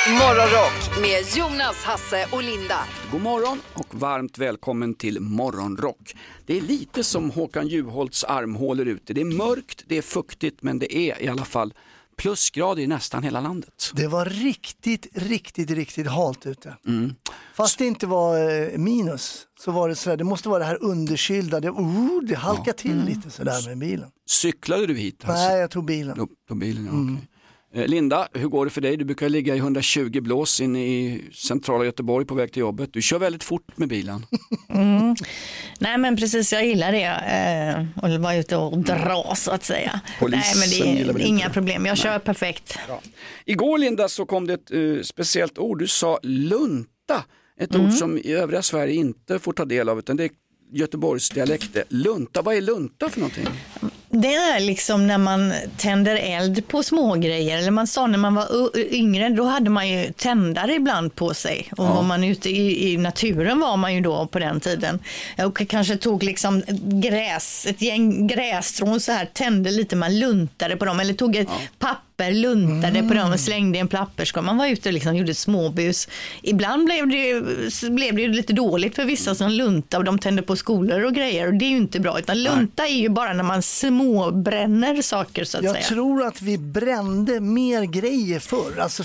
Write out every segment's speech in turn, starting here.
Morgonrock med Jonas, Hasse och Linda. God morgon och varmt välkommen till Morgonrock. Det är lite som Håkan Juholts armhålor ute. Det är mörkt, det är fuktigt, men det är i alla fall plusgrader i nästan hela landet. Det var riktigt halt ute. Fast det inte var minus så var det sådär, det måste vara det här underkylda. Det halkar till lite sådär med bilen. Cyklade du hit? Nej, jag tog bilen. Okay. Linda, hur går det för dig? Du brukar ligga i 120 blås in i centrala Göteborg på väg till jobbet. Du kör väldigt fort med bilen. Nej men precis, jag gillar det. Och vara ute och dra så att säga. Polisen. Nej men det är inga problem, jag kör perfekt. Bra. Igår Linda så kom det ett speciellt ord. Du sa lunta. Ett ord som i övriga Sverige inte får ta del av, utan det är Göteborgs dialekt. Lunta, vad är lunta för någonting? Det är liksom när man tänder eld på små grejer. Eller man sa när man var yngre, då hade man ju tändare ibland på sig. Och var man ute i naturen var man ju då på den tiden. Och kanske tog liksom ett gäng grässtrån så här, tände lite, man luntade på dem. Eller tog ett papper, luntade på dem och slängde i en papperskorg. Man var ute och liksom gjorde småbus. Ibland blev det ju lite dåligt för vissa som luntade och de tände på skolor och grejer. Och det är ju inte bra, utan lunta är ju bara när man småbränner saker så att säga. Jag tror att vi brände mer grejer förr. Alltså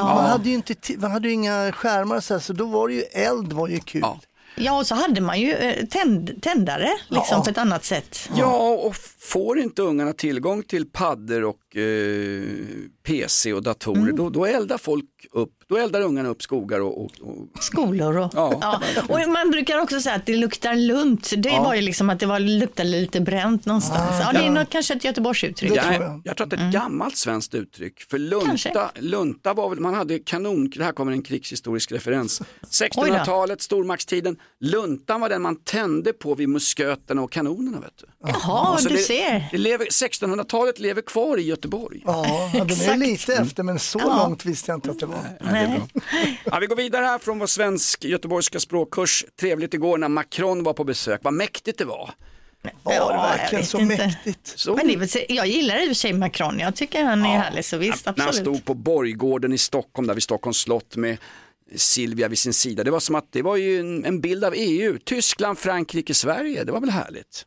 man hade ju inga skärmar så då var det ju eld var ju kul. Ja, och så hade man ju tändare liksom på ett annat sätt. Ja, och får inte ungarna tillgång till paddor och PC och datorer, då eldar folk upp. Då eldar ungarna upp skogar och skolor och och man brukar också säga att det luktar lunt. Det var ju liksom att det luktade lite bränt någonstans. Det är nog kanske ett Göteborgsuttryck. Jag tror att det är ett gammalt svenskt uttryck. För lunta var väl, man hade kanon, det här kommer en krigshistorisk referens. 1600-talet, stormaktstiden. Luntan var den man tände på vid musköterna och kanonerna, vet du. Jaha, du ser. 1600-talet lever kvar i Göteborg. Ja, de är lite efter, men så långt visste jag inte att det var. Nej, det är bra. Ja, vi går vidare här från vår svensk-göteborgska språkkurs. Trevligt igår när Macron var på besök. Vad mäktigt det var. Var det verkligen så mäktigt? Så. Men jag gillar i och för sig Macron. Jag tycker han är härlig, så visst, absolut. När han stod på Borggården i Stockholm, där vid Stockholms slott med Silvia vid sin sida. Det var som att det var ju en bild av EU. Tyskland, Frankrike, Sverige. Det var väl härligt?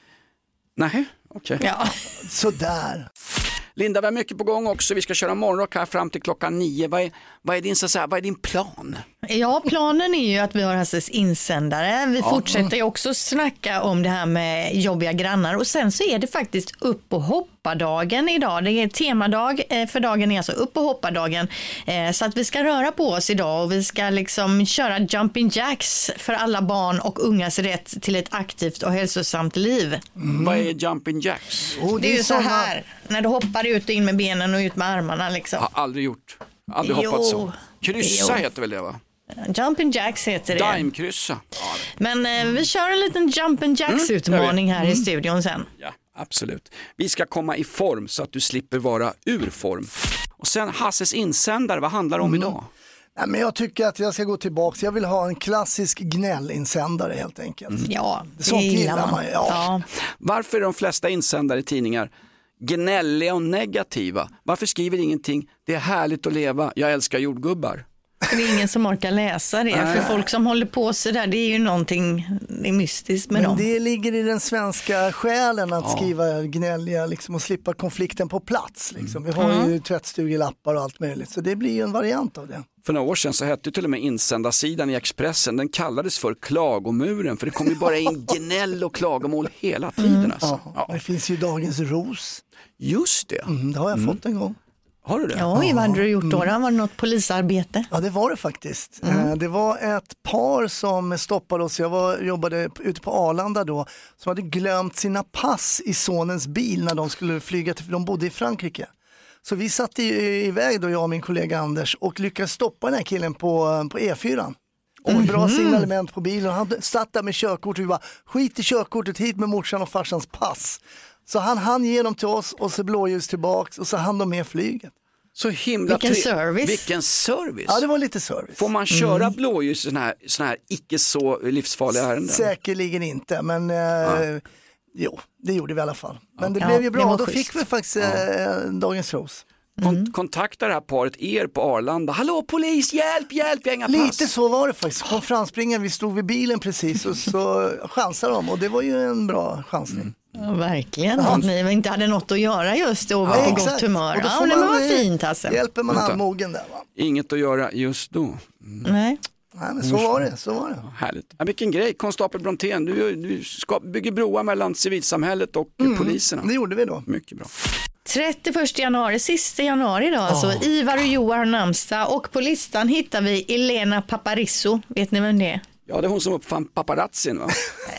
Nej, okej. Ja. Sådär. Linda, vi har mycket på gång också. Vi ska köra morgonrock här fram till 9. Vad är din plan? Ja, planen är ju att vi har Hasses insändare. Vi fortsätter ju också snacka om det här med jobbiga grannar. Och sen så är det faktiskt upp- och hoppa-dagen idag. Det är temadag för dagen, är alltså upp- och hoppa-dagen. Så att vi ska röra på oss idag och vi ska liksom köra jumping jacks för alla barn och ungas rätt till ett aktivt och hälsosamt liv. Vad är jumping jacks? Det är ju så här, när du hoppar ut och in med benen och ut med armarna liksom. Jag har aldrig gjort. Aldrig hoppat så. Kryssa heter väl det, va? Jumping jacks heter det. Dime-kryssa. Men vi kör en liten jumping jacks utmaning här i studion sen. Ja, absolut. Vi ska komma i form så att du slipper vara ur form. Och sen Hasses insändare, vad handlar det om idag? Nej, men jag tycker att jag ska gå tillbaka. Jag vill ha en klassisk gnällinsändare helt enkelt. Ja, sånt gillar man. Ja. Varför är de flesta insändare i tidningar gnälliga och negativa? Varför skriver ingenting? Det är härligt att leva, jag älskar jordgubbar. Det är ingen som orkar läsa det. För folk som håller på så där, det är ju någonting mystiskt med dem. Men det ligger i den svenska själen att skriva gnälliga liksom, och slippa konflikten på plats. Liksom. Vi har ju tvättstugelappar och allt möjligt. Så det blir ju en variant av det. För några år sedan så hette till och med insändarsidan i Expressen, den kallades för klagomuren. För det kom ju bara in gnäll och klagomål hela tiden. Alltså. Det finns ju Dagens Ros. Just det. Det har jag fått en gång. Har du det? Ja, vad hade du gjort då? Var det något polisarbete? Ja, det var det faktiskt. Det var ett par som stoppade oss. Jag jobbade ute på Arlanda då, som hade glömt sina pass i sonens bil när de skulle flyga till, för de bodde i Frankrike. Så vi satt iväg då, jag och min kollega Anders, och lyckades stoppa den här killen på E4. Och bra signalement på bilen. Han satt där med körkort och vi bara, skit i körkortet, hit med morsan och farsans pass. Så han ger dem till oss och så blåljus tillbaks och så hann de med flyget. Så himla Vilken service. Ja, det var lite service. Får man köra blåljus i såna här icke så livsfarliga ärenden? Säkerligen inte, men jo, det gjorde vi i alla fall. Men det blev ju bra, då fick vi faktiskt Dagens Ros. kontaktar det här paret er på Arlanda. Hallå polis, hjälp, jag har inga pass. Lite så var det faktiskt. På framspringaren, vi stod vid bilen precis och så chansade de och det var ju en bra chansning. Ja, verkligen. Att ni inte hade något att göra just då och var på gott humör. Och Ja, det var fint alltså. Hjälper man allmogen där, va? Inget att göra just då. Nej. Nej, men så var det. Härligt. Ja, vilken grej, konstapel Brontén. Du bygger broar mellan civilsamhället och poliserna. Det gjorde vi då. Mycket bra. 31 januari, sista januari då, alltså Ivar och Joar har namnsdag och på listan hittar vi Elena Paparizou. Vet ni vem det är? Ja, det är hon som uppfann paparazzin, va?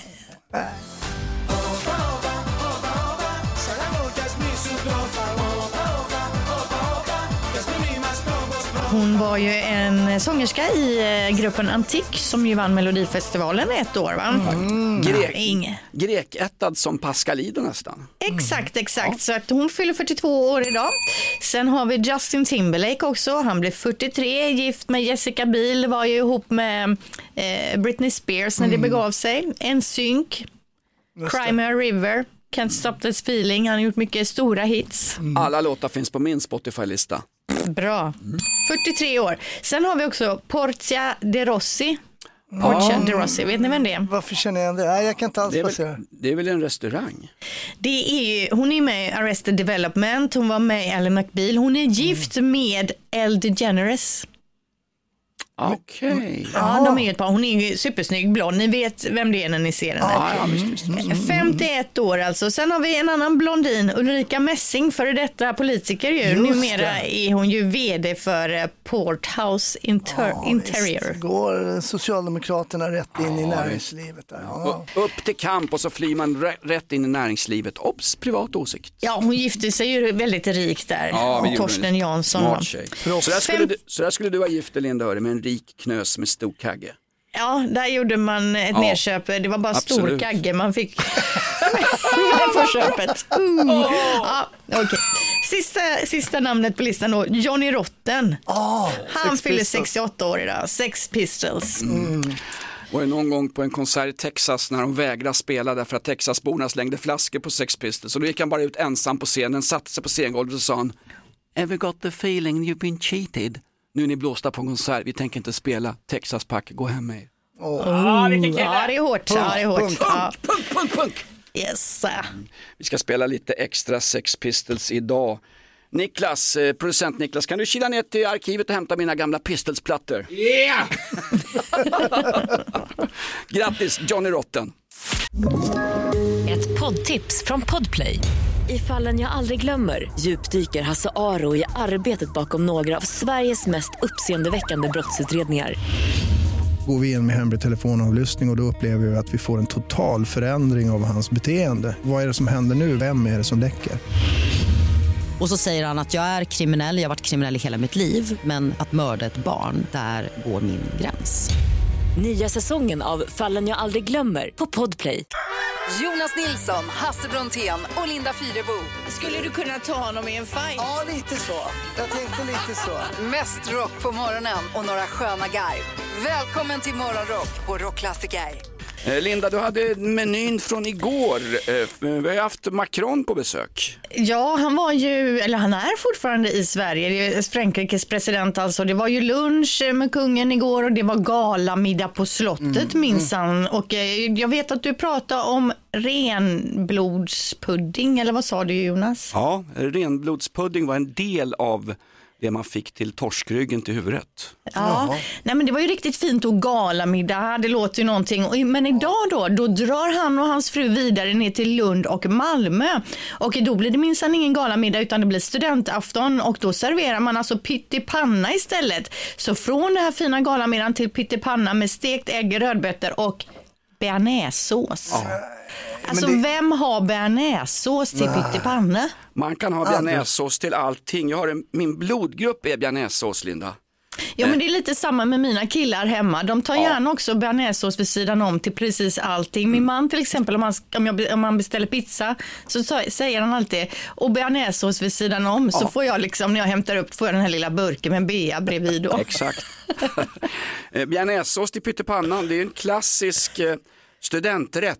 Hon var ju en sångerska i gruppen Antik som ju vann Melodifestivalen ett år, va? Grekättad som Pascalido nästan. Exakt. Ja. Så att hon fyller 42 år idag. Sen har vi Justin Timberlake också. Han blev 43, gift med Jessica Biel, var ju ihop med Britney Spears när det begav sig. En synk, Cry Me a River, Can't Stop This Feeling. Han har gjort mycket stora hits. Alla låtar finns på min Spotify-lista. Bra. 43 år. Sen har vi också Portia de Rossi. Vet ni vem det är? Varför känner jag det? Nej, jag kan inte alls passera. Det är väl en restaurang? Hon är med i Arrested Development. Hon var med i Ally McBeal. Hon är gift med Elle DeGeneres. Okej. Ja, de är ett par. Hon är ju supersnygg blond. Ni vet vem det är när ni ser den. 51 år alltså. Sen har vi en annan blondin, Ulrika Messing, före detta politiker ju. Numera är hon ju vd för Porthouse Interior. Går Socialdemokraterna rätt in i näringslivet där. Upp till kamp och så flyr man rätt in i näringslivet. Obs, privat åsikt. Ja, hon gifte sig ju väldigt rik där. Torsten Jansson. Så där skulle du ha gift, Linda Öre, med en rik knös med stor kagge. Ja, där gjorde man ett nedköp. Det var bara stor kagge man fick på köpet. Ja, okay. Sista namnet på listan då, Johnny Rotten. Han fyller 68 år idag. Sex Pistols. Var det någon gång på en konsert i Texas när de vägrade spela därför att Texasborna slängde flaskor på Sex Pistols. Så då gick han bara ut ensam på scenen, satte sig på scengolvet och sa han: Ever got the feeling you've been cheated? Nu är ni blåsta på en konsert, vi tänker inte spela. Texas pack, gå hem med er. Det är hårt. Punk. Yes. Vi ska spela lite extra Sex Pistols idag. Niklas, producent Niklas, kan du kila ner till arkivet och hämta mina gamla Pistols-plattor? Yeah! Grattis, Johnny Rotten. Ett poddtips från Podplay. I Fallen jag aldrig glömmer djupdyker Hasse Aro i arbetet bakom några av Sveriges mest uppseendeväckande brottsutredningar. Går vi in med hemlig telefonavlyssning och då upplever vi att vi får en total förändring av hans beteende. Vad är det som händer nu? Vem är det som läcker? Och så säger han att jag är kriminell, jag har varit kriminell i hela mitt liv. Men att mörda ett barn, där går min gräns. Nya säsongen av Fallen jag aldrig glömmer på Podplay. Jonas Nilsson, Hasse Brontén och Linda Fyrebo. Skulle du kunna ta honom i en fight? Ja, lite så. Jag tänkte lite så. Mest rock på morgonen och några sköna garv. Välkommen till Morgonrock på Rockklassiker. Linda, du hade menyn från igår. Vi har haft Macron på besök. Ja, han är fortfarande i Sverige. Det är Frankrikes president alltså. Det var ju lunch med kungen igår och det var galamiddag på slottet minsann. Och jag vet att du pratade om renblodspudding, eller vad sa du, Jonas? Ja, renblodspudding var en del av det man fick till torskryggen till huvudet. Ja, nej men det var ju riktigt fint och galamiddag, det låter ju någonting. Men idag då drar han och hans fru vidare ner till Lund och Malmö. Och då blir det minsann ingen galamiddag utan det blir studentafton och då serverar man alltså pyttipanna istället. Så från den här fina galamiddagen till pyttipanna med stekt ägg, rödbetor och bearnaisesås. Ja. Alltså vem har bearnaisesås till pyttipanna? Man kan ha bearnaisesås till allting. Min blodgrupp är bearnaisesås, Linda. Ja, men det är lite samma med mina killar hemma. De tar gärna också bearnaisesås vid sidan om till precis allting. Min man till exempel, om man beställer pizza så säger han alltid och bearnaisesås vid sidan om. Så får jag liksom, när jag hämtar upp, får jag den här lilla burken med bea bredvid då. Exakt. Bearnaisesås till pyttipannan, det är en klassisk studenträtt.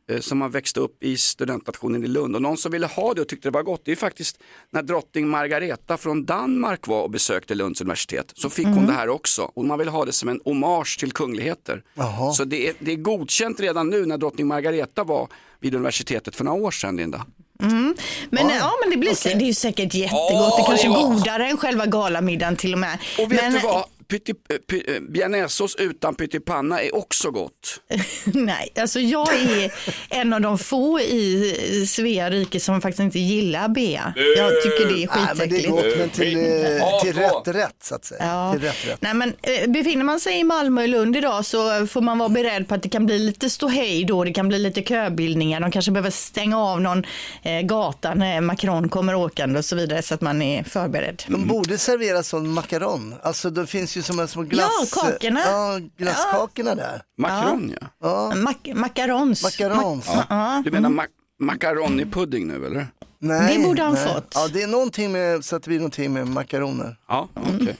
som har växt upp i studentnationen i Lund. Och någon som ville ha det och tyckte det var gott, det är faktiskt när drottning Margareta från Danmark var och besökte Lunds universitet. Så fick hon det här också. Och man vill ha det som en hommage till kungligheter. Aha. Så det är godkänt redan nu när drottning Margareta var vid universitetet för några år sedan, Linda. Men det blir det är ju säkert jättegott. Det kanske är godare än själva galamiddagen till och med. Och vet du vad? Bearnaisesås utan pyttipanna är också gott. Nej, alltså jag är en av de få i Svea rike som faktiskt inte gillar bea. Jag tycker det är skitäckligt. Men det är gott, men till rätt så att säga. Ja. Till rätt. Nej, men befinner man sig i Malmö och Lund idag så får man vara beredd på att det kan bli lite ståhej då. Det kan bli lite köbildningar. De kanske behöver stänga av någon gata när Macron kommer åkande och så vidare så att man är förberedd. De borde servera sån macaron. Alltså det finns ju som en små glass... Ja, kakorna. Ja, glasskakorna där. Macron, ja. Macarons. Du menar macaroni-pudding nu, eller? Nej, det borde han fått. Ja, det är någonting med, så att det blir någonting med makaroner. Ja, okej.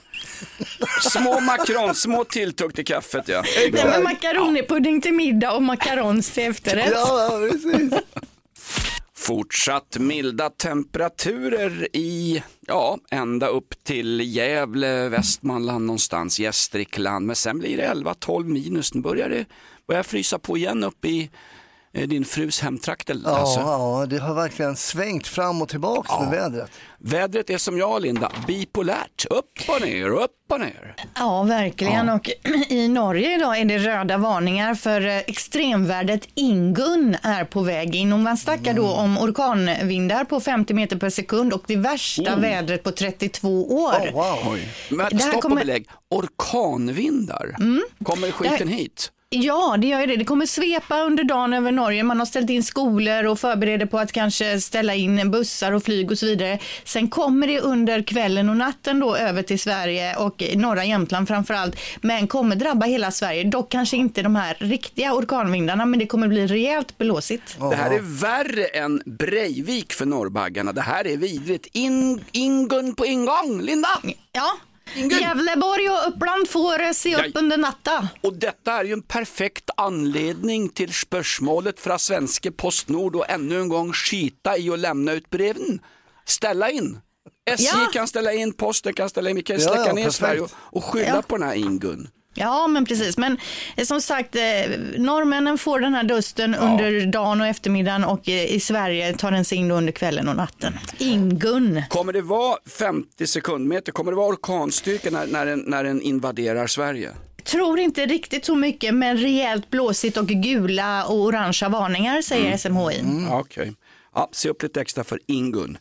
Små tilltugg till kaffet, ja. Nej, men macaroni-pudding till middag och macarons till efterrätt. Ja, precis. Fortsatt milda temperaturer i, ända upp till Gävle, Västmanland någonstans, Gästrikland. Men sen blir det 11-12 minus. Nu börjar det frysa på igen upp i din frus hemtrakter. Ja, det har verkligen svängt fram och tillbaka med vädret. Vädret är som jag, Linda, bipolärt. Upp och ner. Ja, verkligen. Och i Norge idag är det röda varningar för extremvärdet Ingun är på väg in. Och man snackar då om orkanvindar på 50 meter per sekund och det värsta vädret på 32 år. Wow. Men stopp och belägg. Orkanvindar? Kommer skiten hit? Ja, det gör ju det. Det kommer svepa under dagen över Norge. Man har ställt in skolor och förbereder på att kanske ställa in bussar och flyg och så vidare. Sen kommer det under kvällen och natten då över till Sverige och norra Jämtland framförallt. Men kommer drabba hela Sverige. Dock kanske inte de här riktiga orkanvindarna, men det kommer bli rejält blåsigt. Det här är värre än Breivik för norrbaggarna. Det här är vidrigt. Ingun på ingång, Linda! Ja. Gävleborg och Uppland får se upp under natta. Och detta är ju en perfekt anledning till spörsmålet från svenska Postnord och ännu en gång skita i och lämna ut breven. Ställa in. SJ kan ställa in, posten kan ställa in, vi kan släcka ner Sverige och skylla på den här Ingun. Ja, men precis. Men som sagt, norrmännen får den här dusten under dagen och eftermiddagen och i Sverige tar den sig in under kvällen och natten. Ingun. Kommer det vara 50 sekundmeter? Kommer det vara orkanstyrka när den invaderar Sverige? Tror inte riktigt så mycket, men rejält blåsigt och gula och orangea varningar, säger SMHI. Okej. Ja, se upp lite extra för Ingun.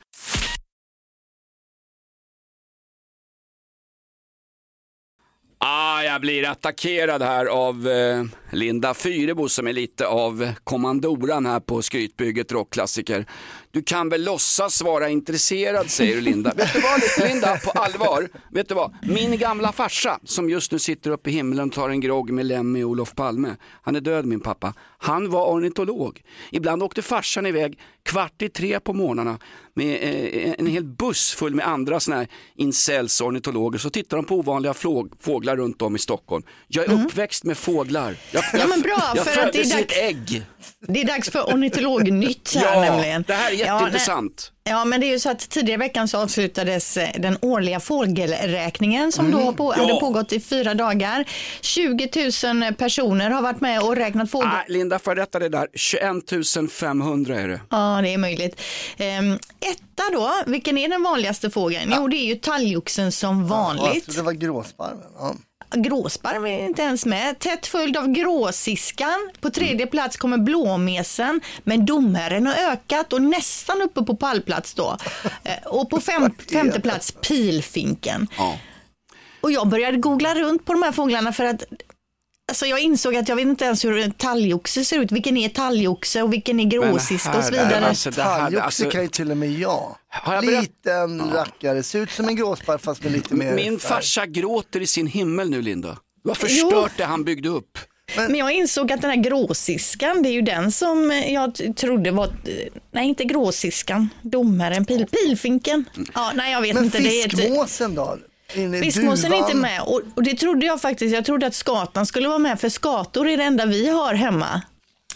Jag blir attackerad här av Linda Fyrebo som är lite av kommandoran här på skrytbygget Rockklassiker. Du kan väl låtsas vara intresserad, säger du, Linda. Vet du vad, Linda, på allvar, vet du vad? Min gamla farsa som just nu sitter uppe i himlen och tar en grogg med Lemmy och Olof Palme. Han är död, min pappa. Han var ornitolog. Ibland åkte farsan iväg 2:45 på morgnarna med en hel buss full med andra såna här incels ornitologer. Så tittar de på ovanliga fåglar runt om i Stockholm. Jag är uppväxt med fåglar. Men bra, jag för att det är ett ägg. Det är dags för ornitolognytt här nämligen. Det här är jätteintressant. Ja, men det är ju så att tidigare i veckan så avslutades den årliga fågelräkningen som då hade pågått i 4 dagar. 20 000 personer har varit med och räknat fåglar. Linda, får jag rätta det där? 21 500 är det. Ja, det är möjligt. Etta då, vilken är den vanligaste fågeln? Jo, det är ju talgoxen som vanligt. Ja, det var gråsparven, Gråsparv är inte ens med. Tätt följd av gråsiskan. På 3:e plats kommer blåmesen. Men domherren har ökat och nästan uppe på pallplats då. Och på 5:e plats pilfinken. Ja. Och jag började googla runt på de här fåglarna för att alltså jag insåg att jag vet inte ens hur en talgoxe ser ut. Vilken är talgoxe och vilken är gråsiska och så vidare. Talgoxe kan ju till och med liten rackare, ser ut som en gråsparv fast med lite mer min farsa gråter i sin himmel nu, Linda. Du har förstört det han byggde upp. Men jag insåg att den här gråsiskan, det är ju den som jag trodde var, nej inte gråsiskan, domaren, pilfinken. Ja, nej jag vet men inte. Men fiskmåsen då? Fiskmåsen är inte med och det trodde jag faktiskt. Jag trodde att skatan skulle vara med, för skator är det enda vi har hemma.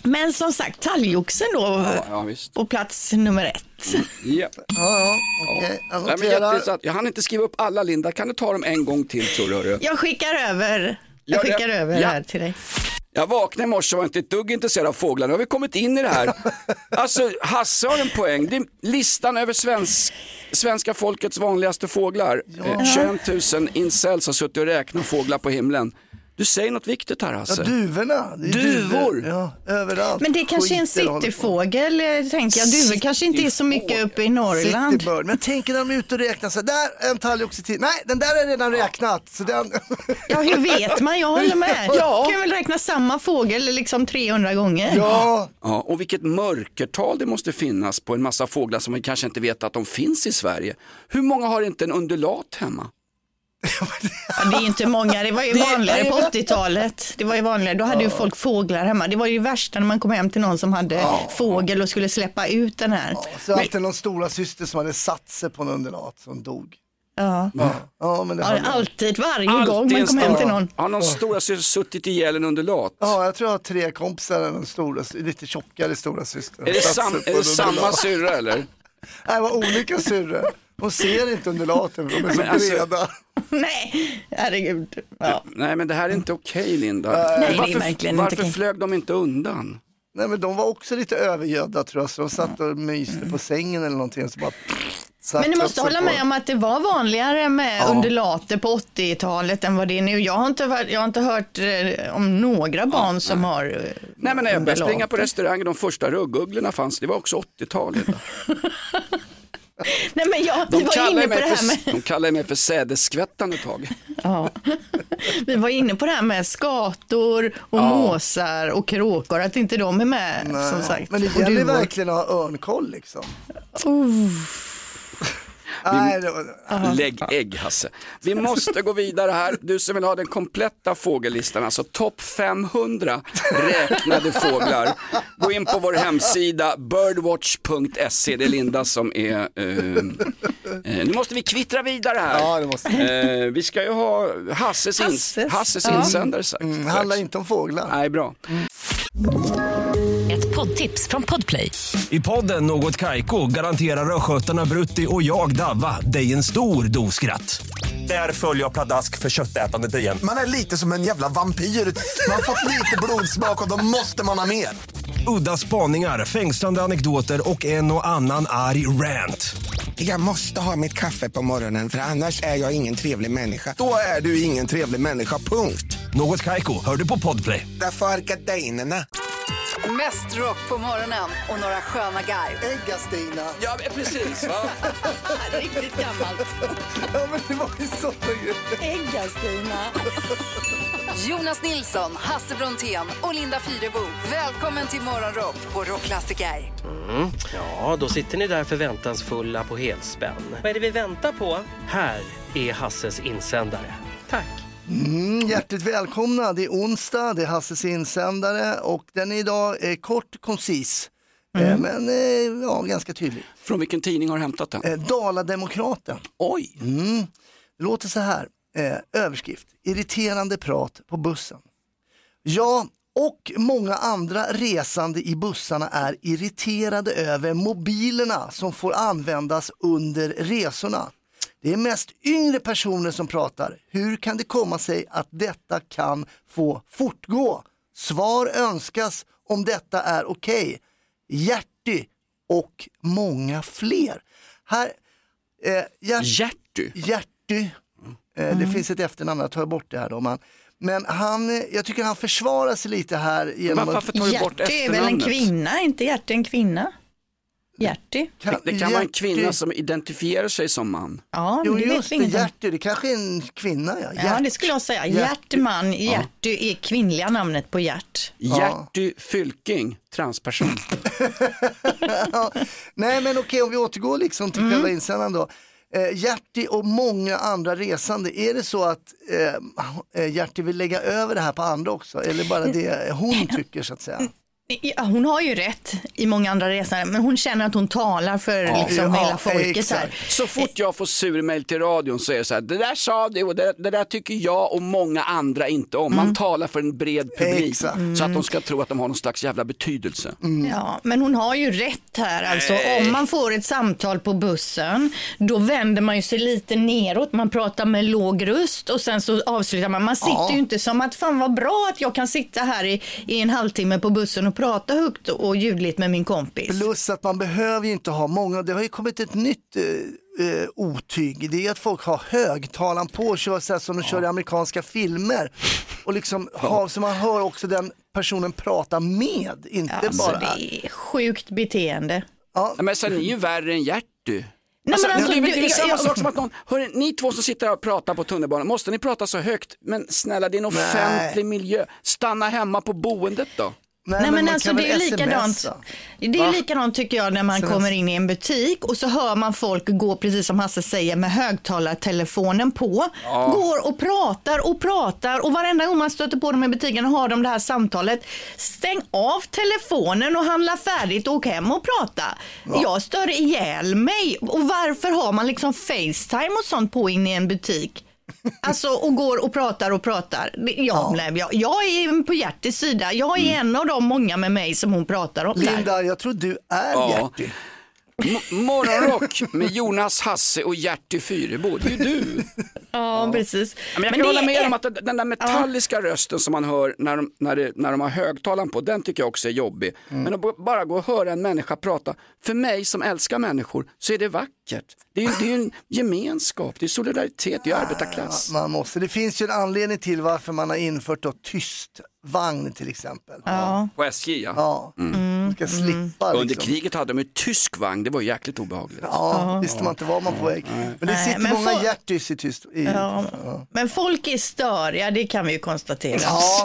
Men som sagt, talgoxen då på plats nummer 1. Ja. Okej. Jag hann inte skriva upp alla, Linda. Kan du ta dem en gång till, tror du? Jag skickar över här till dig. Jag vaknade i morse och var inte ett dugg intresserad av fåglar. Nu har vi kommit in i det här. Alltså, Hasse har en poäng. Det är listan över svenska folkets vanligaste fåglar. 21 000 incels har suttit och räknat fåglar på himlen. Du säger något viktigt här, Hasse. Ja, duvorna. Duvor. Ja, överallt. Men det kanske är en cityfågel, tänker jag. Duvor kanske inte är så mycket uppe i Norrland. Citybird. Men tänk när de är ute och räknar så där, en talgoxe till. Nej, den där är redan räknat. Så den... Ja, hur vet man? Jag håller med. Jag kan väl räkna samma fågel liksom 300 gånger. Ja, och vilket mörkertal det måste finnas på en massa fåglar som man kanske inte vet att de finns i Sverige. Hur många har inte en undulat hemma? Ja, det är inte många, det var ju vanligare på 80-talet. Det var ju vanligare, då hade ju folk fåglar hemma. Det var ju värsta när man kom hem till någon som hade fågel och skulle släppa ut den här. Så alltid någon stora syster som hade satt sig på en undulat som dog. Men det alltid, varje gång man kom hem till någon. Har någon stora syster suttit ihjäl en undulat? Ja, jag tror jag har 3 kompisar, en stora, lite tjockare stora syster. Är det samma syrra eller? Nej, det var olika syrror. Hon ser inte undulaten, de är så breda. Nej, herregud. Ja. Nej, men det här är inte okej, Linda. Nej, varför flög de inte undan? Nej, men de var också lite övergödda, tror jag. Så de satt och myste på sängen eller någonting. Så bara men du måste hålla med om att det var vanligare med undulater på 80-talet än vad det är nu. Jag har inte hört om några barn som har Nej, men jag började springa på restaurang. De första ruggugglorna fanns. Det var också 80-talet. Nej, men vi var inne på det här med... De kallar mig för sädesskvättan ett tag. Ja. Vi var inne på det här med skator och måsar och kråkor, att inte de är med. Nej. Som sagt. Men det gäller verkligen att ha örnkoll liksom. Lägg ägg, Hasse. Vi måste gå vidare här. Du som vill ha den kompletta fågellistan, alltså topp 500 räknade fåglar. Gå in på vår hemsida birdwatch.se. Det är Linda som är nu måste vi kvittra vidare här. Ja, det måste. Vi ska ju ha Hasses insändare. Det handlar inte om fåglar. Nej, bra. Ett poddtips från Podplay. I podden Något Kaiko garanterar röskötarna Brutti och jag Davva dig en stor doskratt. Där följer jag pladask för köttätandet igen. Man är lite som en jävla vampyr. Man har fått lite blodsmak och då måste man ha mer. Udda spaningar, fängslande anekdoter och en och annan arg rant. Jag måste ha mitt kaffe på morgonen för annars är jag ingen trevlig människa. Då är du ingen trevlig människa, punkt. Något Kaiko, hör du på Podplay. Därför är gardinerna. Mest rock på morgonen och några sköna garv. Äggastina. Ja, precis, va? Riktigt gammalt. Ja, men det var ju så grejer. Äggastina. Jonas Nilsson, Hasse Brontén och Linda Fyrebo. Välkommen till Morgonrock på Rockklassiker. Ja, då sitter ni där förväntansfulla på helspänn. Vad är det vi väntar på? Här är Hasses insändare. Tack. Hjärtligt välkomna, det är onsdag, det är Hasses insändare och den är idag kort, koncis, men ganska tydlig. Från vilken tidning har du hämtat den? Dala-Demokraten. Oj! Det låter så här, överskrift, irriterande prat på bussen. Ja, och många andra resande i bussarna är irriterade över mobilerna som får användas under resorna. Det är mest yngre personer som pratar. Hur kan det komma sig att detta kan få fortgå? Svar önskas om detta är okej. Hjärty och många fler. Här, Hjärty. Det finns ett efternamn, jag tar bort det här då. Men jag tycker han försvarar sig lite här. Varför tar du bort efternamnet? Hjärty är väl en kvinna, inte Hjärty en kvinna? Hjärty. Det kan vara en kvinna som identifierar sig som man. Ja, det just det, Hjärty, det kanske är en kvinna. Ja, det skulle jag säga. Hjärtman, Hjärty är kvinnliga namnet på Hjärt. Hjärty Fylking, transperson. Nej, men okej, om vi återgår liksom till själva insändaren då. Hjärty och många andra resande, är det så att Hjärty vill lägga över det här på andra också? Eller bara det hon tycker så att säga? Ja, hon har ju rätt i många andra resor, men hon känner att hon talar för hela folket här. Så fort jag får surmail till radion så är det så här, det där sa du och det där tycker jag och många andra inte om. Man talar för en bred publik så att de ska tro att de har någon slags jävla betydelse. Ja, men hon har ju rätt här. Alltså, om man får ett samtal på bussen, då vänder man ju sig lite neråt. Man pratar med låg röst och sen så avslutar man. Man sitter ju inte som att fan vad bra att jag kan sitta här i en halvtimme på bussen och prata högt och ljudligt med min kompis. Plus att man behöver ju inte ha många, det har ju kommit ett nytt otyg. Det är att folk har högtalaren på och kör så här som de kör i amerikanska filmer. Och liksom så man hör också den personen prata med, inte bara. Det är sjukt beteende. Ja. Men så är ni ju värre än Gerty. Nej, det är samma sak som att någon, hörni, ni två som sitter och pratar på tunnelbanan, måste ni prata så högt? Men snälla, det är en offentlig miljö. Stanna hemma på boendet då. Nej men alltså det är likadant. Det är likadant tycker jag när man kommer in i en butik och så hör man folk gå, precis som Hasse säger, med högtalartelefonen på. Går och pratar och varenda gång man stöter på dem i butiken har de det här samtalet. Stäng av telefonen och handla färdigt och åk hem och prata. Jag stör ihjäl mig. Och varför har man liksom FaceTime och sånt på in i en butik? Alltså och går och pratar. Jag är på Gertis sida. Jag är en av de många med mig som hon pratar om. Linda, jag tror du är Gerti. Morgonrock med Jonas, Hasse och Gerty Fyrebo. Det är ju du. Ja, precis. Men jag kan hålla med om att den där metalliska rösten som man hör när de har högtalaren på, den tycker jag också är jobbig. Men att bara gå och höra en människa prata, för mig som älskar människor så är det vackert. Det är ju en gemenskap, det är solidaritet, det är arbetarklass. Man måste. Det finns ju en anledning till varför man har infört då tyst vagn till exempel. På SJ, Ska slippa, Under kriget hade de ju tysk vagn, det var jäkligt obehagligt. Visste man inte var man på väg. Men det sitter många hjärtys i tyst. Men folk är störiga, det kan vi ju konstatera.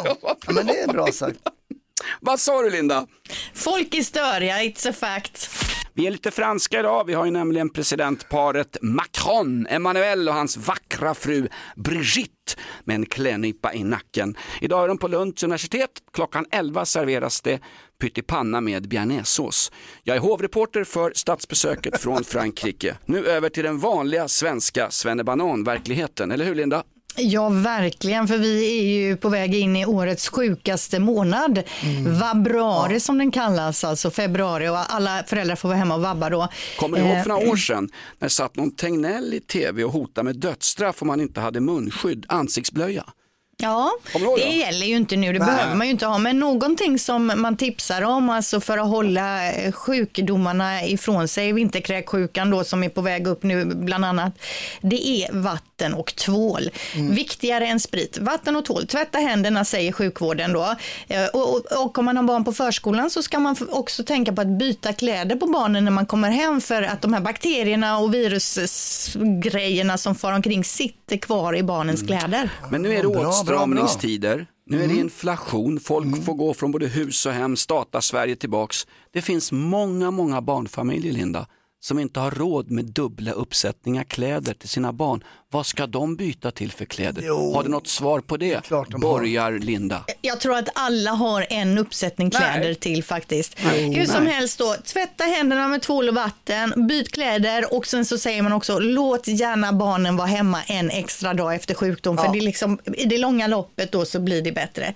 Men det är bra sagt. Vad sa du, Linda? Folk är störiga, it's a fact. Vi är lite franska idag, vi har ju nämligen presidentparet Macron, Emmanuel och hans vackra fru Brigitte med en klädnypa i nacken. Idag är de på Lunds universitet, klockan 11 serveras det pyttipanna med bearnaisesås. Jag är hovreporter för statsbesöket från Frankrike. Nu över till den vanliga svenska svennebanan-verkligheten, eller hur Linda? Ja, verkligen, för vi är ju på väg in i årets sjukaste månad. Vabruari som den kallas, alltså februari, och alla föräldrar får vara hemma och vabba då. Kommer du ihåg för några år sedan när det satt någon Tegnell i tv och hotade med dödsstraff om man inte hade munskydd, ansiktsblöja? Ja, det gäller ju inte nu, det behöver man ju inte ha, men någonting som man tipsar om, alltså för att hålla sjukdomarna ifrån sig, vinterkräksjukan då som är på väg upp nu bland annat, det är vatten och tvål. Viktigare än sprit, vatten och tvål. Tvätta händerna, säger sjukvården då. Och om man har barn på förskolan så ska man också tänka på att byta kläder på barnen när man kommer hem, för att de här bakterierna och virusgrejerna som far omkring sitter kvar i barnens kläder. Men nu är det åtstramningstider, nu är det inflation, folk får gå från både hus och hem, starta Sverige tillbaks. Det finns många barnfamiljer, Linda, som inte har råd med dubbla uppsättningar kläder till sina barn. Vad ska de byta till för kläder? Har du något svar på det? Borgar Linda. Jag tror att alla har en uppsättning kläder till faktiskt. Hur som helst då, tvätta händerna med tvål och vatten, byt kläder, och sen så säger man också, låt gärna barnen vara hemma en extra dag efter sjukdom, för det är liksom, i det långa loppet då så blir det bättre.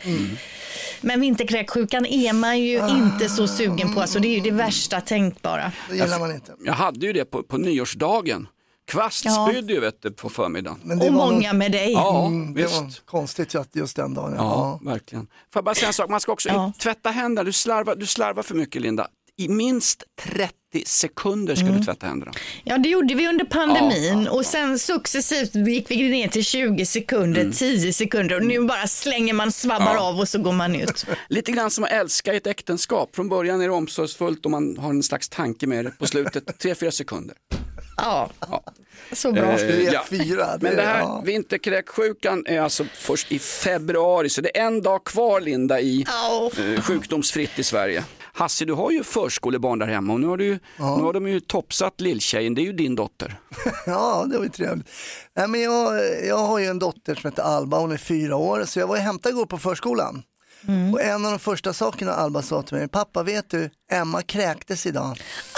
Men vinterkräksjukan är man ju inte så sugen på, alltså det är ju det värsta tänkbara. Det gillar man inte. Jag hade ju det på nyårsdagen. Kvast spydde ju på förmiddagen. Men och många med dig. Ja, det var konstigt att just den dagen. Ja, verkligen. Får jag bara säga en sak, man ska också tvätta händerna. Du slarvar för mycket, Linda. I minst 30 sekunder ska du tvätta händerna. Ja, det gjorde vi under pandemin och sen successivt gick vi ner till 20 sekunder, 10 sekunder och nu bara slänger man, svabbar av och så går man ut. Lite grann som att älska ett äktenskap. Från början är det omsorgsfullt och man har en slags tanke med det. På slutet 3-4 sekunder. Ja. Så bra. 3-4. Men det här vinterkräksjukan är alltså först i februari, så det är en dag kvar, Linda, i sjukdomsfritt i Sverige. Hasse, du har ju förskolebarn där hemma och nu har de ju topsat lilltjejen, det är ju din dotter. Ja, det var ju trevligt. Men jag har ju en dotter som heter Alba, hon är 4 år, så jag var och hämtade igår på förskolan. Och en av de första sakerna Alba sa till mig, pappa vet du, Emma kräktes idag.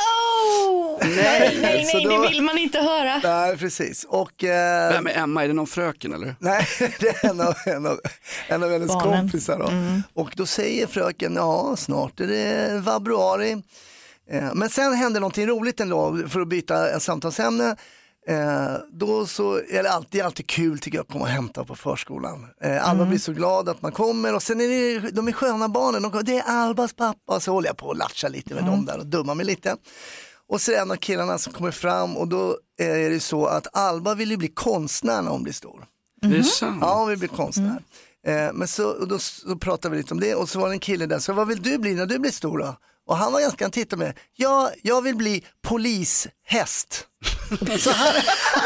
Nej, det vill man inte höra. Nej, precis. Och, vem är Emma? Är det någon fröken eller? Nej, det är en av hennes kompisar. Då. Och då säger fröken, ja snart är det februari. Men sen händer någonting roligt ändå för att byta samtalsämne. Då så är det alltid kul tycker jag att komma och hämta på förskolan. Alba blir så glad att man kommer och sen är de är sköna barnen. Det är Albas pappa och så håller jag på att latcha lite med dem där och dumma mig lite. Och så är det en av killarna som kommer fram och då är det så att Alba vill ju bli konstnär när hon blir stor. Det är sant. Ja, hon vill bli konstnär. Men så pratade vi lite om det och så var det en kille där. Så vad vill du bli när du blir stor då? Och han var ganska titta med. Ja, jag vill bli polishäst. Så här.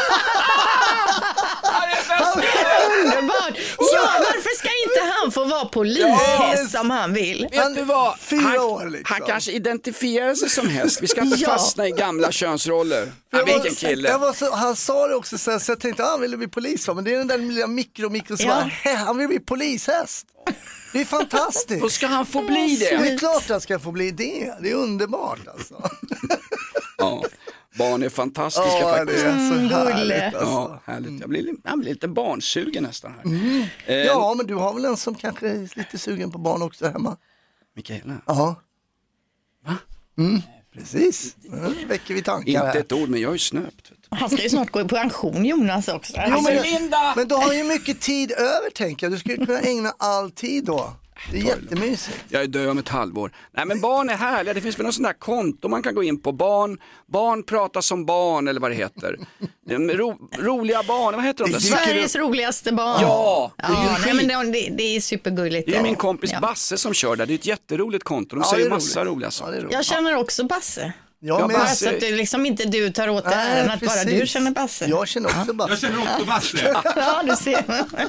Underbart. Ja, varför ska inte han få vara polishäst som han vill? Vet du vad? 4 år liksom. Han kanske identifierar sig som häst. Vi ska inte fastna i gamla könsroller. Vilken kille. Han sa det också så jag tänkte han ville bli polis. Men det är den där lilla mikro som han vill bli polishäst. Det är fantastiskt. Då ska han få bli det. Det är klart han ska få bli det. Det är underbart alltså. Ja, barn är fantastiska faktiskt. Det är så härligt alltså. Ja, härligt. Jag blir lite barnsugen nästan här. Ja, men du har väl en som kanske är lite sugen på barn också hemma? Mikaela? Ja. Va? Precis. Väcker vi tankar inte här. ett ord, men jag är snöpt. Han ska ju snart gå på pension, Jonas också. Men du har ju mycket tid över tänker jag. Du skulle kunna ägna all tid då. Det är jättemysigt. Jag är död om ett halvår. Nej men barn är härliga. Det finns väl någon sån där konto man kan gå in på. Barn pratar som barn eller vad det heter. Roliga barn, vad heter de där? Sveriges roligaste barn. Ja, det är supergulligt. Det är min kompis Basse som kör där. Det är ett jätteroligt konto. De säger massa roliga saker. Jag känner också Basse. Bara så att du liksom inte du tar åt äran att bara du känner Basse. Jag känner också Basse. Jag känner också Basse. Ja, du ser.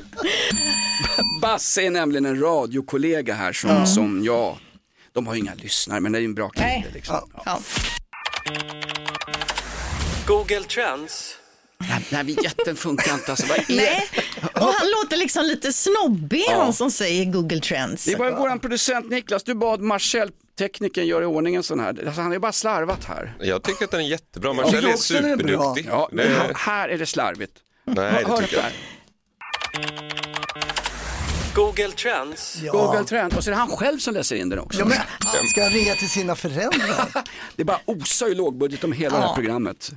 Basse är nämligen en radiokollega här som de har ju inga lyssnare men det är en bra kille liksom. Ja. Google Trends. Nej, jätten funkar inte alltså. Nej, och han låter liksom lite snobbig han som säger Google Trends. Det var våran producent Niklas, du bad Marcel tekniken gör i ordning en sån här. Alltså, han är bara slarvat här. Jag tycker att den är jättebra. Marcel är superduktig. Ja, här är det slarvigt. Nej, det tycker jag. Google Trends. Ja. Google Trends. Och så är det han själv som läser in den också. Ja, men, ska han ringa till sina föräldrar? Det är bara osar i lågbudget om hela det här programmet.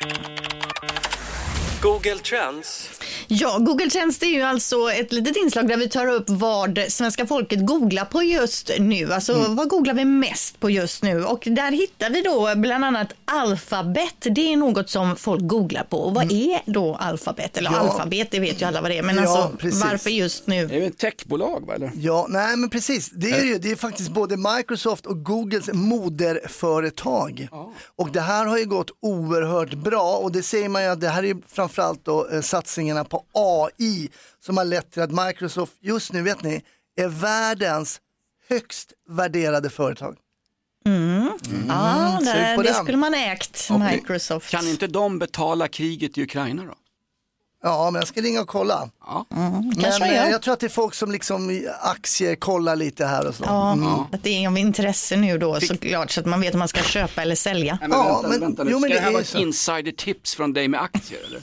Google Trends. Ja, Google Trends är ju alltså ett litet inslag där vi tar upp vad svenska folket googlar på just nu. Alltså vad googlar vi mest på just nu? Och där hittar vi då bland annat alfabet. Det är något som folk googlar på. Och vad är då alfabet? Eller alfabet, det vet ju alla vad det är. Men varför just nu? Det är ju ett techbolag, va, eller? Ja, nej men precis. Det är ju, det är faktiskt både Microsoft och Googles moderföretag. Och det här har ju gått oerhört bra. Och det säger man ju att det här är ju framförallt då satsningarna på AI som har lett till att Microsoft just nu, vet ni, är världens högst värderade företag. Ja, det skulle man ägt, Microsoft. Kan inte de betala kriget i Ukraina då? Ja, men jag ska ringa och kolla. Ja. Men jag tror att det är folk som liksom aktier kollar lite här och så. Att det är av intresse nu då såklart så att man vet om man ska köpa eller sälja. Nej, men vänta nu. Ska det här vara ett insider-tips från dig med aktier eller?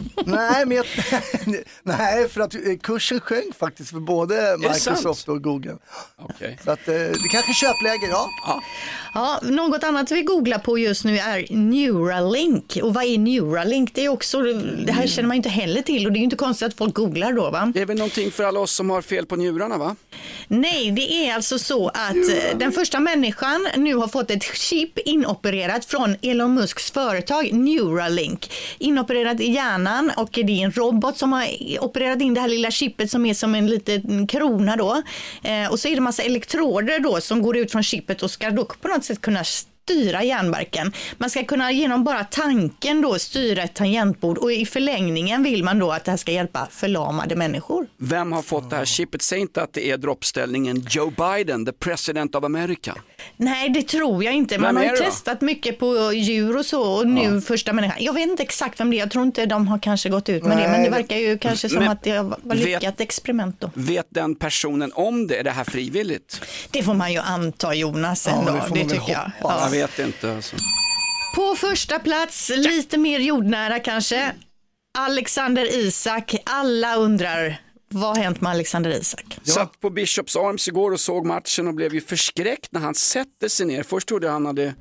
Nej, för att kursen sjönk faktiskt för både Microsoft och Google. Okay. Så att det kanske köpläge, Ja, något annat vi googlar på just nu är Neuralink. Och vad är Neuralink? Det är också, det här känner man inte heller till och det är ju inte konstigt att folk googlar då, va? Det är väl någonting för alla oss som har fel på njurarna, va? Nej, det är alltså så att den första människan nu har fått ett chip inopererat från Elon Musks företag Neuralink. Inopererat i hjärnan och det är en robot som har opererat in det här lilla chippet som är som en liten krona då. Och så är det massa elektroder då som går ut från chippet och ska då på något sätt kunna styra järnbarken. Man ska kunna genom bara tanken då styra ett tangentbord och i förlängningen vill man då att det här ska hjälpa förlamade människor. Vem har fått det här chippet? Säg inte att det är droppställningen Joe Biden, the president of America. Nej, det tror jag inte. Man har ju testat mycket på djur och så och nu första människan. Jag vet inte exakt vem det är. Jag tror inte de har kanske gått ut med det, men det verkar ju kanske som att det var lyckat experiment då. Vet den personen om det? Är det här frivilligt? Det får man ju anta, Jonas, ändå. Det tycker jag. Ja. Jag vet inte. Alltså. På första plats, lite mer jordnära kanske, Alexander Isak. Alla undrar, vad har hänt med Alexander Isak? Jag satt på Bishops Arms igår och såg matchen och blev ju förskräckt när han sätter sig ner. Först trodde jag han hade...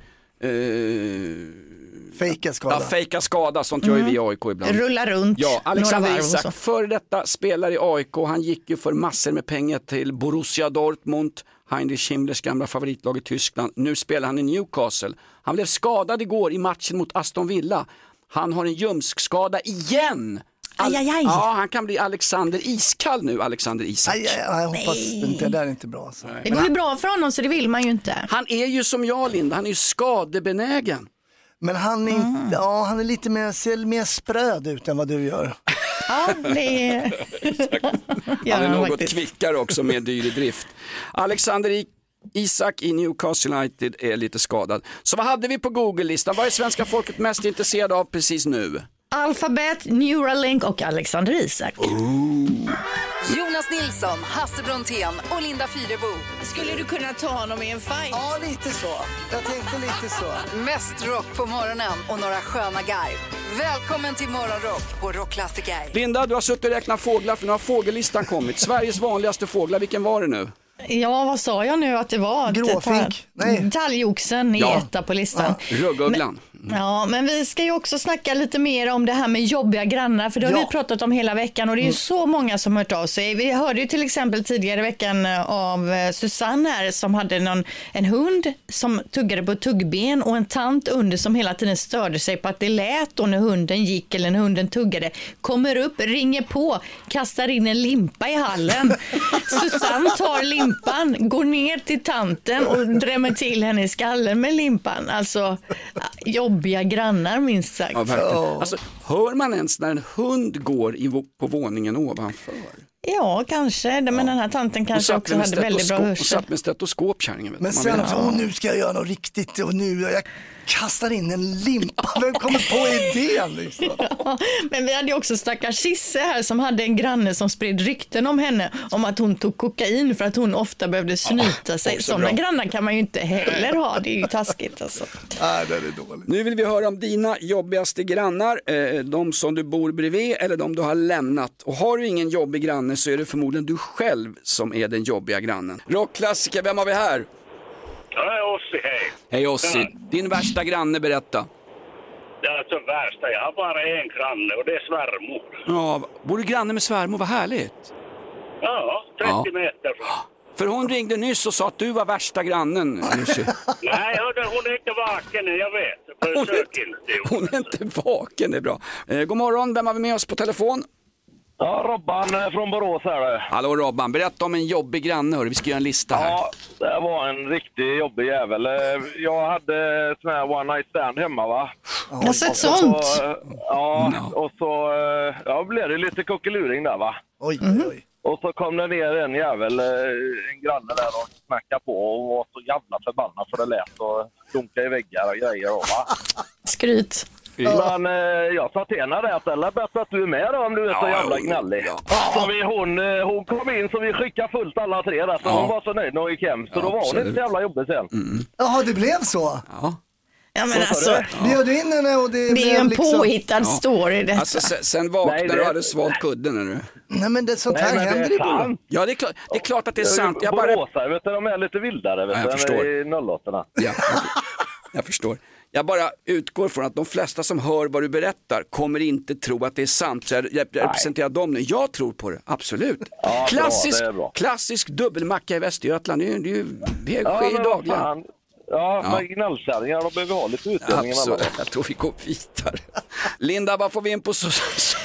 Fejka skada. Ja, fejka skada, sånt gör ju vi i AIK ibland. Rulla runt. Ja, Alexander Isak, för detta spelare i AIK, han gick ju för massor med pengar till Borussia Dortmund, Heinrich Himmlers gamla favoritlag i Tyskland. Nu spelar han i Newcastle. Han blev skadad igår i matchen mot Aston Villa. Han har en ljumskskada igen. Ja, han kan bli Alexander Iskall nu, Alexander Isak. Jag hoppas inte, det där är inte bra. Så. Det går ju bra för honom, så det vill man ju inte. Han är ju som jag, Linda, han är ju skadebenägen. Men han är, inte, han är lite mer spröd ut än vad du gör. Ja, det är... Han är något kvickare också med dyr i drift. Alexander Isak i Newcastle United är lite skadad. Så vad hade vi på Google-listan? Vad är svenska folket mest intresserade av precis nu? Alphabet, Neuralink och Alexander Isak. Jonas Nilsson, Hasse Brontén och Linda Fyrebo. Skulle du kunna ta honom i en fight? Ja, lite så. Jag tänkte lite så. Mest rock på morgonen och några sköna garv. Välkommen till Morgonrock på Rockklassiker. Linda, du har suttit och räknat fåglar, för nu har fågellistan kommit. Sveriges vanligaste fåglar, vilken var det nu? Ja, vad sa jag nu att det var? Gråfink. Talgoxen är etta på listan. Rugguglan. Ja, men vi ska ju också snacka lite mer om det här med jobbiga grannar, för det har vi pratat om hela veckan och det är ju så många som hört av sig. Vi hörde ju till exempel tidigare i veckan av Susanne här som hade en hund som tuggade på ett tuggben och en tant under som hela tiden störde sig på att det lät då när hunden gick eller när hunden tuggade. Kommer upp, ringer på, kastar in en limpa i hallen. Susanne tar limpan, går ner till tanten och drämmer till henne i skallen med limpan. Alltså, jobbiga grannar minst sagt. Ja, alltså, hör man ens när en hund går på våningen ovanför? Ja, kanske. Men den här tanten kanske också hade väldigt bra hörsel. Och satt med stetoskop, kärringen. Men sen, nu ska jag göra något riktigt och nu jag kastar in en limpa. Vem kommer på idén liksom? Ja, men vi hade ju också stackars Sisse här som hade en granne som spred rykten om henne om att hon tog kokain för att hon ofta behövde snyta sig. Sådana grannar kan man ju inte heller ha. Det är ju taskigt alltså. Nej, det är dåligt. Nu vill vi höra om dina jobbigaste grannar. De som du bor bredvid eller de du har lämnat. Och har du ingen jobbig granne så är det förmodligen du själv som är den jobbiga grannen. Rockklassiker, vem har vi här? Ja, Ossi, hej. Hej Ossi. Din värsta granne, berätta. Det är alltså värsta. Jag har bara en granne och det är svärmor. Ja, bor du granne med svärmor? Vad härligt. Ja, 30 meter från. För hon ringde nyss och sa att du var värsta grannen. Nej, hon är inte vaken, jag vet. Hon är inte vaken, det är bra. God morgon, vem har vi med oss på telefon? Ja, Robban från Borås här. Hallå Robban, berätta om en jobbig granne, hör. Vi ska göra en lista här. Ja, det var en riktigt jobbig jävel. Jag hade sån här one night stand hemma, va? Jag har sett sånt. Och så blev det lite kuckeluring där, va? Oj. Och så kom det ner en jävel, en granne där och snackade på och var så jävla förbannad för det lät och dunkade i väggar och grejer, va? Skryt. Men jag sa till henne det att det är bättre att du är med då, om du är så jävla gnällig. Så hon kom in så vi skickade fullt alla tre där, så hon var så nöjd när hon gick hem. Så då var hon inte så jävla jobbig sen. Jaha, det blev så? Ja, men alltså, bjöd in henne och det är ju en påhittad story detta. Alltså, sen vaknade du och hade svalt kudden, eller? Nej, men det sånt här händer i Borås. Ja, det är klart att det är sant. Boråsare, vet du, de är lite vildare, vet du, jag förstår. i 08-orna. Ja, jag förstår. Jag bara utgår från att de flesta som hör vad du berättar kommer inte tro att det är sant. Så jag representerar dem nu. Jag tror på det, absolut. Ja, klassisk dubbelmacka i Västergötland. Det sker dagligen. Men gnällkärringar, de behöver ha lite utdelning. Absolut, jag tror vi går vidare. Linda, vad får vi in på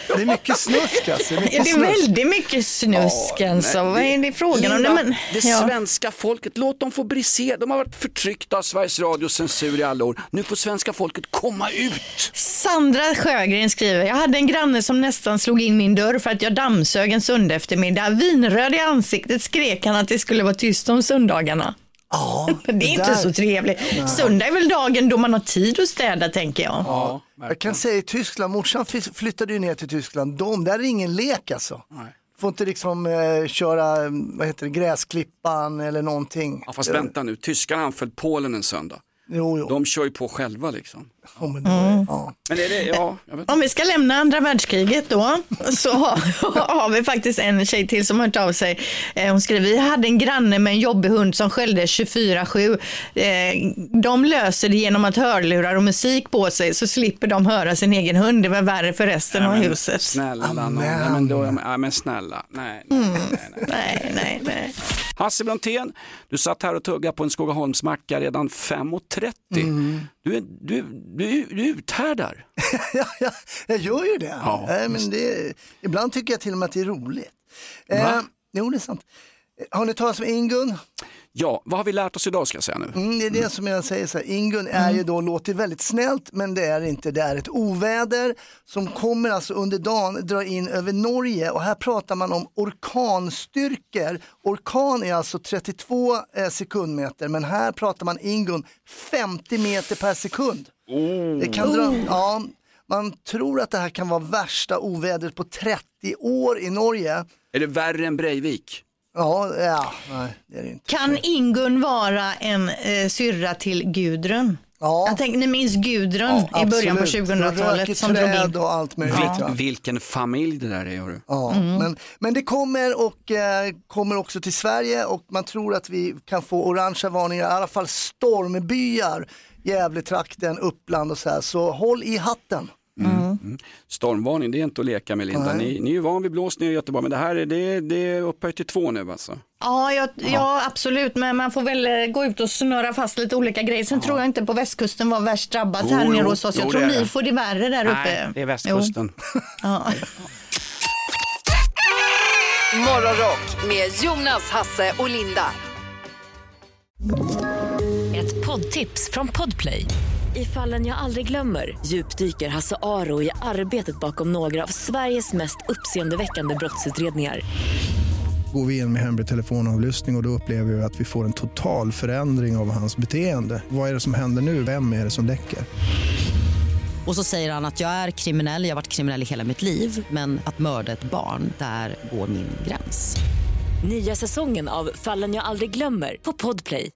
Det är mycket snusk alltså. Det är väldigt mycket snusk alltså. Vad är det frågan om? Linda, det svenska folket, låt dem få brisera. De har varit förtryckta av Sveriges Radio censur i alla år. Nu får svenska folket komma ut. Sandra Sjögren skriver: jag hade en granne som nästan slog in min dörr för att jag dammsög en söndag eftermiddag. Vinröd i ansiktet skrek han att det skulle vara tyst om söndagarna. Ja, det är inte så trevligt. Nej. Söndag är väl dagen då man har tid att städa, tänker jag. Ja, jag kan säga i Tyskland, morsan flyttade ju ner till Tyskland. Där är ingen lek alltså. Nej. Får inte liksom köra gräsklippan eller någonting. Ja, fast vänta nu, tyskarna anföll Polen en söndag. Jo. De kör ju på själva liksom. Men är det, jag vet. Om vi ska lämna andra världskriget då, så har vi faktiskt en tjej till som har hört av sig. Hon skriver: vi hade en granne med en jobbig hund som skällde 24/7. De löser det genom att hörlurar och musik på sig, så slipper de höra sin egen hund. Det var värre för resten av huset. Snälla, men snälla. Nej. Nej. Hasse Brontén, du satt här och tuggade på en Skogaholmsmacka redan 5:30. Du uthärdar. Jag gör ju det. Ja, men ibland tycker jag till och med att det är roligt. Jo, det är sant. Har ni talat om Ingun? Ja, vad har vi lärt oss idag, ska jag säga nu? Det är det som jag säger så här. Ingun är ju då, låter väldigt snällt, men det är inte. Det är ett oväder som kommer alltså under dagen dra in över Norge, och här pratar man om orkanstyrkor. Orkan är alltså 32 sekundmeter, men här pratar man Ingun 50 meter per sekund. Det kan man tror att det här kan vara värsta ovädret på 30 år i Norge. Är det värre än Breivik? Nej, det är det inte. Kan Ingun vara en syrra till Gudrun? Ja. Jag tänker, ni minns Gudrun i början på 2000-talet som drog in. Och allt möjligt. Vilken familj det där är, hörru. Ja, men det kommer också till Sverige, och man tror att vi kan få orangea varningar, i alla fall stormbyar, Gävletrakten, Uppland och så här. Så håll i hatten. Stormvarning, det är inte att leka med, Linda. Ni är ju van vid blåsningar i Göteborg, men det här är upphöjt till 2 nu alltså. Ja, absolut, men man får väl gå ut och snöra fast lite olika grejer. Sen tror jag inte på västkusten var värst drabbat här nere hos oss. Jag tror ni får det värre där uppe. Nej, det är västkusten. Morgonrock med Jonas, Hasse och Linda. Ett poddtips från Podplay. I Fallen jag aldrig glömmer djupdyker Hasse Aro i arbetet bakom några av Sveriges mest uppseendeväckande brottsutredningar. Går vi in med hemlig telefonavlyssning och då upplever vi att vi får en total förändring av hans beteende. Vad är det som händer nu? Vem är det som läcker? Och så säger han att jag är kriminell, jag har varit kriminell i hela mitt liv. Men att mörda ett barn, där går min gräns. Nya säsongen av Fallen jag aldrig glömmer på Podplay.